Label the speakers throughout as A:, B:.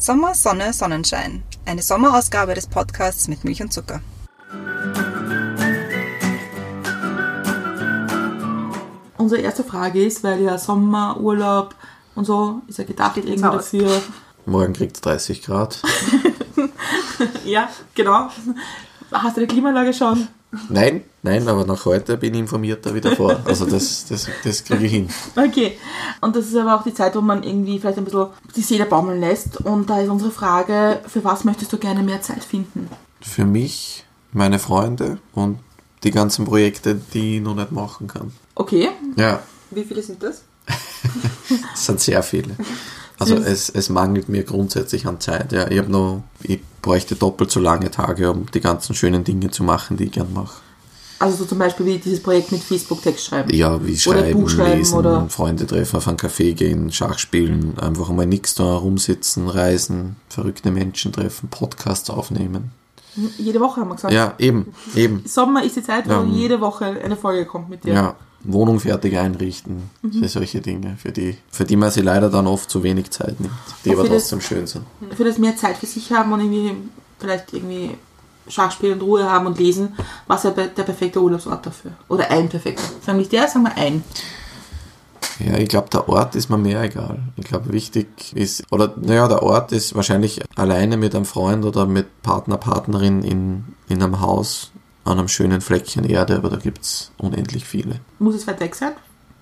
A: Sommer, Sonne, Sonnenschein. Eine Sommerausgabe des Podcasts mit Milch und Zucker.
B: Unsere erste Frage ist, weil ja Sommer, Urlaub und so ist ja gedacht irgendwie dafür.
C: Morgen kriegt es 30 Grad.
B: Ja, genau. Hast du die Klimaanlage schon?
C: Nein, aber nach heute bin ich informierter wie davor. Also das kriege ich hin.
B: Okay. Und das ist aber auch die Zeit, wo man irgendwie vielleicht ein bisschen die Seele baumeln lässt. Und da ist unsere Frage, für was möchtest du gerne mehr Zeit finden?
C: Für mich, meine Freunde und die ganzen Projekte, die ich noch nicht machen kann.
B: Okay.
C: Ja.
B: Wie viele sind das?
C: Es sind sehr viele. Also es mangelt mir grundsätzlich an Zeit. Ja, ich bräuchte doppelt so lange Tage, um die ganzen schönen Dinge zu machen, die ich gern mache.
B: Also so zum Beispiel wie dieses Projekt mit Facebook-Text schreiben?
C: Ja, wie schreiben,
B: Buch schreiben,
C: lesen,
B: oder
C: Freunde treffen, auf einen Café gehen, Schach spielen, einfach einmal nichts da rumsitzen, reisen, verrückte Menschen treffen, Podcasts aufnehmen.
B: Jede Woche haben wir gesagt.
C: Ja, eben.
B: Sommer ist die Zeit, wo jede Woche eine Folge kommt mit dir.
C: Ja, Wohnung fertig einrichten, für solche Dinge, für die man sich leider dann oft zu wenig Zeit nimmt, die aber trotzdem schön sind.
B: Für das mehr Zeit für sich haben und vielleicht Schach spielen, Ruhe haben und lesen, was ja der perfekte Urlaubsort dafür. Oder ein perfekter. Sagen wir nicht der, sagen wir ein.
C: Ja, ich glaube, der Ort ist mir mehr egal. Ich glaube, wichtig ist, der Ort ist wahrscheinlich alleine mit einem Freund oder mit Partner, Partnerin in einem Haus an einem schönen Fleckchen Erde, aber da gibt es unendlich viele.
B: Muss es weit weg sein?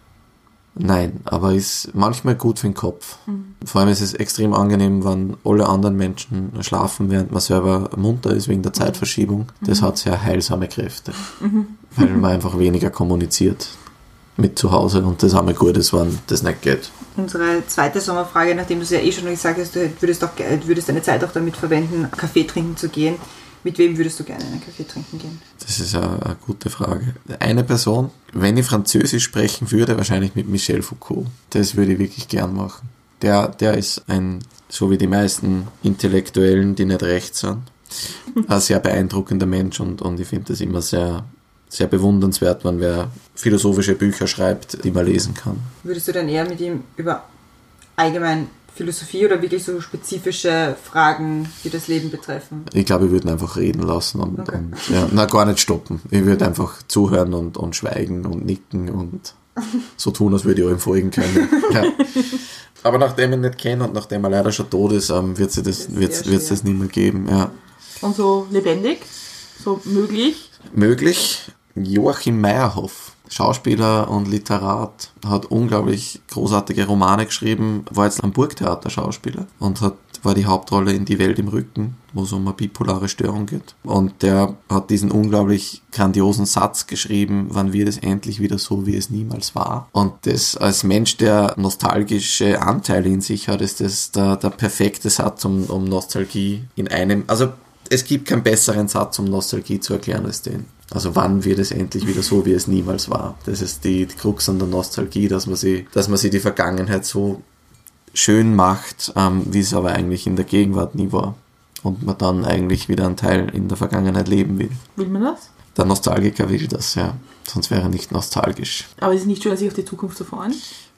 C: Nein, aber ist manchmal gut für den Kopf. Vor allem ist es extrem angenehm, wenn alle anderen Menschen schlafen, während man selber munter ist wegen der Zeitverschiebung. Das hat sehr heilsame Kräfte, weil man einfach weniger kommuniziert mit zu Hause und das einmal gut ist, wenn das nicht geht.
A: Unsere zweite Sommerfrage, nachdem du es ja schon gesagt hast, du würdest deine Zeit auch damit verwenden, Kaffee trinken zu gehen. Mit wem würdest du gerne einen Kaffee trinken gehen? Das
C: ist eine gute Frage. Eine Person, wenn ich Französisch sprechen würde, wahrscheinlich mit Michel Foucault. Das würde ich wirklich gern machen. Der ist so wie die meisten Intellektuellen, die nicht rechts sind, ein sehr beeindruckender Mensch und ich finde das immer sehr, sehr bewundernswert, wenn wer philosophische Bücher schreibt, die man lesen kann.
A: Würdest du dann eher mit ihm über allgemein Philosophie oder wirklich so spezifische Fragen, die das Leben betreffen?
C: Ich glaube, ich würde ihn einfach reden lassen und gar nicht stoppen. Ich würde einfach zuhören und schweigen und nicken und so tun, als würde ich ihm folgen können. Ja. Aber nachdem ich ihn nicht kenne und nachdem er leider schon tot ist, wird es das nicht mehr geben. Ja.
B: Und so lebendig? So möglich?
C: Möglich. Joachim Meyerhoff, Schauspieler und Literat, hat unglaublich großartige Romane geschrieben, war jetzt am Burgtheater Schauspieler und war die Hauptrolle in Die Welt im Rücken, wo es um eine bipolare Störung geht. Und der hat diesen unglaublich grandiosen Satz geschrieben, wann wird es endlich wieder so, wie es niemals war. Und das als Mensch, der nostalgische Anteile in sich hat, ist das der perfekte Satz, um Nostalgie in einem, also es gibt keinen besseren Satz, um Nostalgie zu erklären als den. Also wann wird es endlich wieder so, wie es niemals war? Das ist die Krux an der Nostalgie, dass man sich die Vergangenheit so schön macht, wie es aber eigentlich in der Gegenwart nie war. Und man dann eigentlich wieder einen Teil in der Vergangenheit leben will.
B: Will man das?
C: Der Nostalgiker will das, ja. Sonst wäre er nicht nostalgisch.
B: Aber ist es nicht schön, sich auf die Zukunft zu freuen?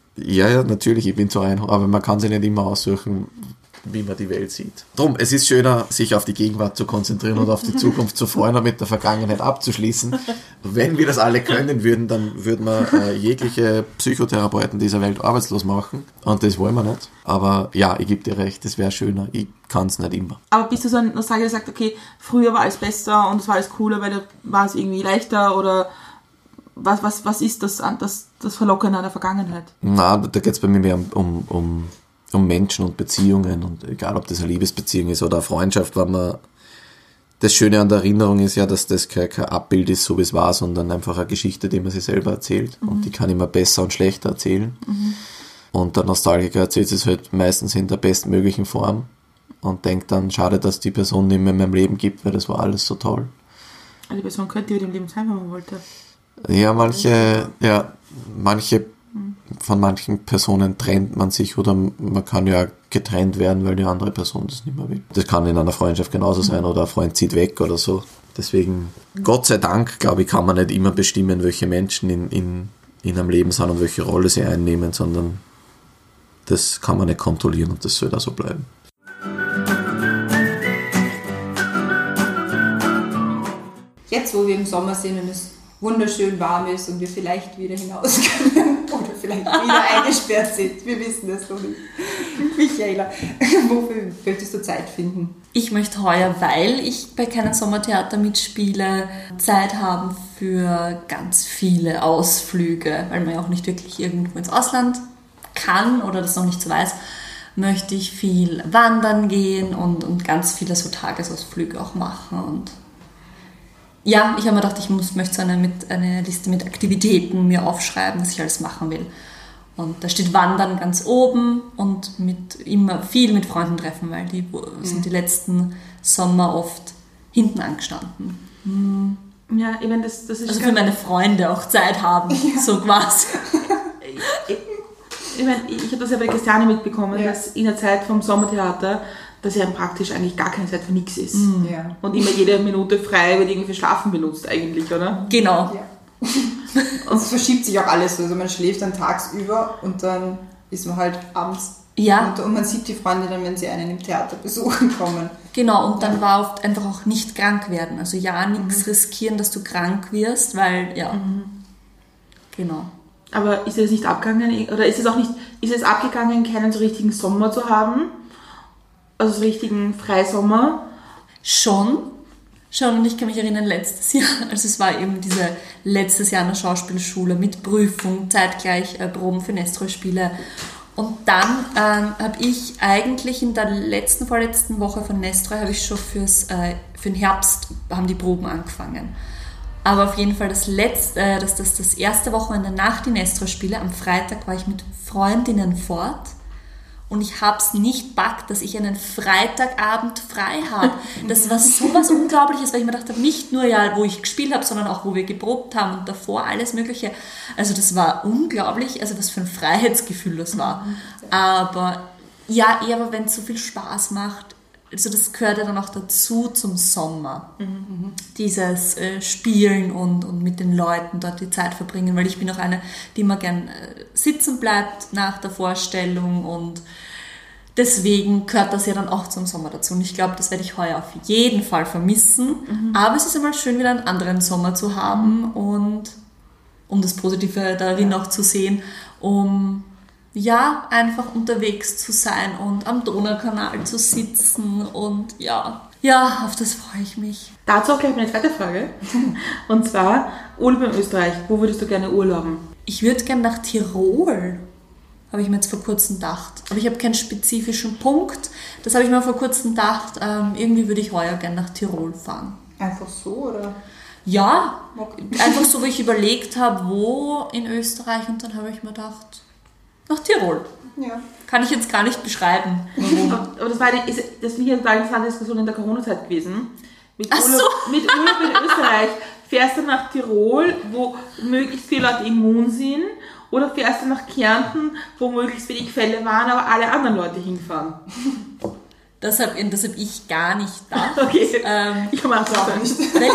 C: Ja, natürlich, ich bin so ein, aber man kann sich nicht immer aussuchen, wie man die Welt sieht. Drum, es ist schöner, sich auf die Gegenwart zu konzentrieren und auf die Zukunft zu freuen und mit der Vergangenheit abzuschließen. Wenn wir das alle können würden, dann würden wir jegliche Psychotherapeuten dieser Welt arbeitslos machen und das wollen wir nicht. Aber ja, ich gebe dir recht, das wäre schöner. Ich kann es nicht immer.
B: Aber bist du so ein Nostalgiker, der sagt, okay, früher war alles besser und es war alles cooler, weil da war es irgendwie leichter oder was ist das Verlockende an der Vergangenheit?
C: Na, da geht es bei mir mehr um Menschen und Beziehungen und egal, ob das eine Liebesbeziehung ist oder eine Freundschaft, das Schöne an der Erinnerung ist ja, dass das kein Abbild ist, so wie es war, sondern einfach eine Geschichte, die man sich selber erzählt und die kann immer besser und schlechter erzählen. Und der Nostalgiker erzählt es halt meistens in der bestmöglichen Form und denkt dann, schade, dass die Person nicht mehr in meinem Leben gibt, weil das war alles so toll.
B: Die Person könnte wieder im Leben sein, wenn man wollte.
C: Ja, von manchen Personen trennt man sich oder man kann ja getrennt werden, weil die andere Person das nicht mehr will. Das kann in einer Freundschaft genauso sein oder ein Freund zieht weg oder so. Deswegen, Gott sei Dank, glaube ich, kann man nicht immer bestimmen, welche Menschen in einem Leben sind und welche Rolle sie einnehmen, sondern das kann man nicht kontrollieren und das soll da so bleiben.
A: jetzt wo wir im Sommer sind und es wunderschön warm ist und wir vielleicht wieder hinaus können oder vielleicht wieder eingesperrt sind. Wir wissen das noch nicht. Michaela, wofür möchtest du Zeit finden?
D: Ich möchte heuer, weil ich bei keinem Sommertheater mitspiele, Zeit haben für ganz viele Ausflüge, weil man ja auch nicht wirklich irgendwo ins Ausland kann oder das noch nicht so weiß, möchte ich viel wandern gehen und ganz viele so Tagesausflüge auch machen. Und ja, ich habe mir gedacht, möchte so eine Liste mit Aktivitäten mir aufschreiben, was ich alles machen will. Und da steht Wandern ganz oben und immer viel mit Freunden treffen, weil die sind die letzten Sommer oft hinten angestanden.
B: Ja, ich meine, das ist...
D: Also für meine Freunde auch Zeit haben, so quasi.
B: Ich meine, ich habe das ja bei Christiane mitbekommen, dass in der Zeit vom Sommertheater, dass ja praktisch eigentlich gar keine Zeit für nichts ist.
A: Ja.
B: Und immer jede Minute frei wird irgendwie für Schlafen benutzt eigentlich, oder?
D: Genau.
A: Ja. Und es verschiebt sich auch alles. Also man schläft dann tagsüber und dann ist man halt abends.
D: Ja.
A: Und man sieht die Freunde dann, wenn sie einen im Theater besuchen kommen.
D: Genau, und dann war oft einfach auch nicht krank werden. Also ja, nichts riskieren, dass du krank wirst, weil, genau.
B: Aber ist es nicht abgegangen, oder ist es abgegangen, keinen so richtigen Sommer zu haben? Also so richtigen Freisommer?
D: Schon, und ich kann mich erinnern, letztes Jahr, also es war eben letztes Jahr in der Schauspielschule mit Prüfung, zeitgleich Proben für Nestroy-Spiele. Und dann habe ich eigentlich in der vorletzten Woche von Nestroy, habe ich schon für den Herbst haben die Proben angefangen. Aber auf jeden Fall das erste Wochenende nach den Nestroy-Spiele, am Freitag war ich mit Freundinnen fort. Und ich habe es nicht packt, dass ich einen Freitagabend frei habe. Das war sowas Unglaubliches, weil ich mir gedacht habe, nicht nur wo ich gespielt habe, sondern auch wo wir geprobt haben und davor alles Mögliche. Also das war unglaublich, also was für ein Freiheitsgefühl das war. Aber aber wenn es so viel Spaß macht, also das gehört ja dann auch dazu zum Sommer. Dieses Spielen und mit den Leuten dort die Zeit verbringen, weil ich bin auch eine, die immer gern sitzen bleibt nach der Vorstellung und deswegen gehört das ja dann auch zum Sommer dazu. Und ich glaube, das werde ich heuer auf jeden Fall vermissen. Aber es ist einmal schön, wieder einen anderen Sommer zu haben und um das Positive darin auch zu sehen, einfach unterwegs zu sein und am Donaukanal zu sitzen und auf das freue ich mich.
B: Dazu auch gleich meine zweite Frage. Und zwar Urlaub in Österreich. Wo würdest du gerne urlauben?
D: Ich würde gerne nach Tirol, habe ich mir jetzt vor kurzem gedacht. Aber ich habe keinen spezifischen Punkt. Das habe ich mir vor kurzem gedacht. Irgendwie würde ich heuer gerne nach Tirol fahren.
A: Einfach so, oder?
D: Ja, einfach so, wie ich überlegt habe, wo in Österreich und dann habe ich mir gedacht, nach Tirol.
A: Ja.
D: Kann ich jetzt gar nicht beschreiben, warum.
B: Aber das war eine interessante Diskussion in der Corona-Zeit gewesen. Mit
D: Ach
B: Urlaub,
D: so.
B: mit Urlaub in Österreich. Fährst du nach Tirol, wo möglichst viele Leute immun sind, oder fährst du nach Kärnten, wo möglichst wenig Fälle waren, aber alle anderen Leute hinfahren?
D: Das hab ich gar nicht gedacht.
B: Okay, ich komme auch nicht.
D: Weil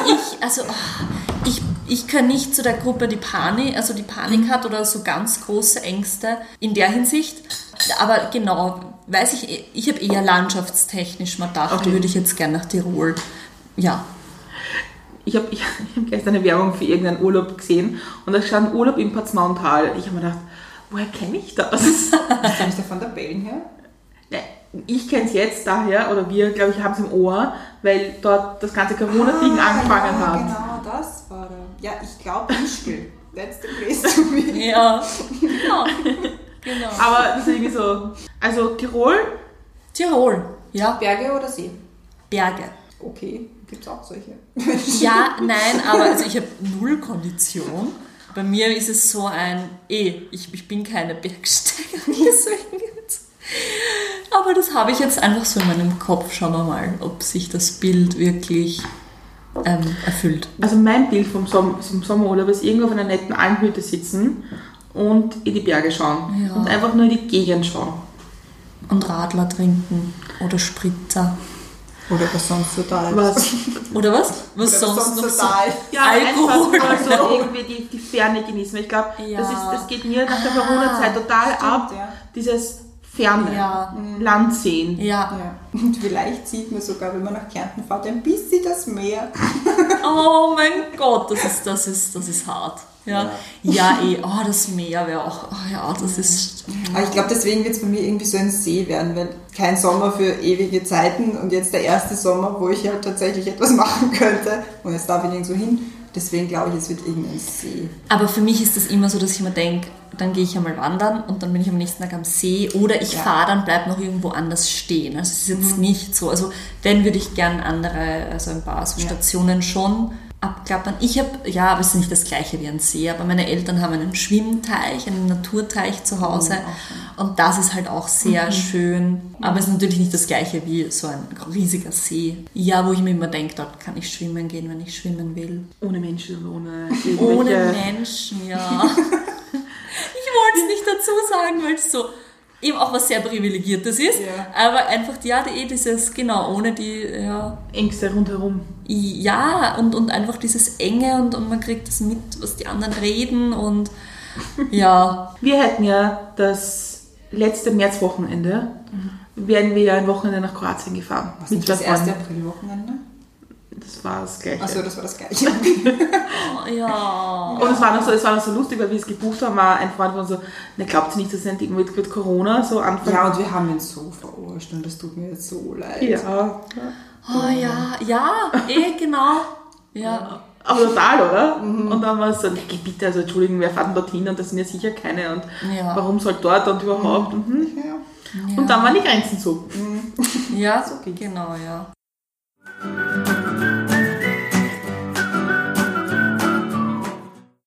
D: ich kann nicht zu der Gruppe, die Panik hat oder so ganz große Ängste in der Hinsicht. Aber genau, weiß ich habe eher landschaftstechnisch mal gedacht, würde ich jetzt gerne nach Tirol. Ja.
B: Ich hab gestern eine Werbung für irgendeinen Urlaub gesehen und da stand Urlaub im Patzmauental. Ich habe mir gedacht, woher kenne ich das?
A: Kennst du von der Bällen her?
B: Ja, ich kenne es jetzt daher, oder wir, glaube ich, haben es im Ohr, weil dort das ganze Corona-Ding angefangen hat.
A: Genau, das war der. Ja, ich glaube Ischgl. That's the place to be.
D: Ja, genau.
B: Aber das ist irgendwie so. Also Tirol?
D: Tirol, ja.
A: Berge oder See?
D: Berge.
A: Okay, gibt es auch solche.
D: Ja, nein, aber also ich habe null Kondition. Bei mir ist es so ich bin keine Bergsteigerin, deswegen jetzt. Aber das habe ich jetzt einfach so in meinem Kopf. Schauen wir mal, ob sich das Bild wirklich erfüllt.
B: Also mein Bild vom Sommerurlaub ist irgendwo auf einer netten Almhütte sitzen und in die Berge schauen.
D: Ja.
B: Und einfach nur in die Gegend schauen.
D: Und Radler trinken oder Spritzer.
A: Oder was sonst total.
D: Oder was? Was
A: Oder
D: sonst noch so?
A: total.
B: Ja,
D: Alkohol.
B: einfach nur so irgendwie die Ferne genießen. Ich glaube,
D: Ja.
B: das geht mir nach der Corona-Zeit total ab.
A: Ja.
B: Dieses Ferne,
D: Ja.
B: Land sehen.
D: Ja.
A: Ja. Und vielleicht sieht man sogar, wenn man nach Kärnten fährt, ein bisschen das Meer.
D: Oh mein Gott, das ist hart. Ja, oh, das Meer wäre auch, oh ja, das ist...
A: Aber ich glaube, deswegen wird es bei mir irgendwie so ein See werden, weil kein Sommer für ewige Zeiten und jetzt der erste Sommer, wo ich halt tatsächlich etwas machen könnte und jetzt darf ich nirgendwo hin. Deswegen glaube ich, es wird irgendein See.
D: Aber für mich ist das immer so, dass ich mir denke, dann gehe ich einmal wandern und dann bin ich am nächsten Tag am See oder ich fahre dann, bleib noch irgendwo anders stehen. Also es ist jetzt nicht so, also wenn würde ich gern andere, also ein paar so Stationen schon abklappern. Ich habe, aber es ist nicht das gleiche wie ein See, aber meine Eltern haben einen Schwimmteich, einen Naturteich zu Hause und das ist halt auch sehr schön, aber es ist natürlich nicht das gleiche wie so ein riesiger See. Ja, wo ich mir immer denke, dort kann ich schwimmen gehen, wenn ich schwimmen will.
B: Ohne Menschen und
D: Ohne Menschen, ja. Ich wollte es nicht dazu sagen, weil es so eben auch was sehr Privilegiertes ist, aber einfach, dieses, genau, ohne die,
B: Ängste rundherum.
D: Ja, und einfach dieses Enge und man kriegt das mit, was die anderen reden und ja.
B: Wir hätten ja das letzte Märzwochenende, werden wir ja ein Wochenende nach Kroatien gefahren.
A: Was ist das erste Aprilwochenende?
B: Das war das Gleiche.
A: Achso, das war das Gleiche.
D: Oh, ja.
B: Und es war noch so lustig, weil wir es gebucht haben, war ein Freund von so, ne, glaubt ihr nicht, dass es endlich mit Corona so anfängt?
A: Ja, und wir haben ihn so verarscht und das tut mir jetzt so leid.
B: Ja.
D: Oh ja, genau. Ja.
B: Aber total, oder? Und dann war es so, ne, geh bitte, also Entschuldigung, wir fahren dorthin und das sind ja sicher keine und warum soll dort und überhaupt?
A: Ja.
B: Und dann waren die Grenzen zu.
D: Ja, genau, ja.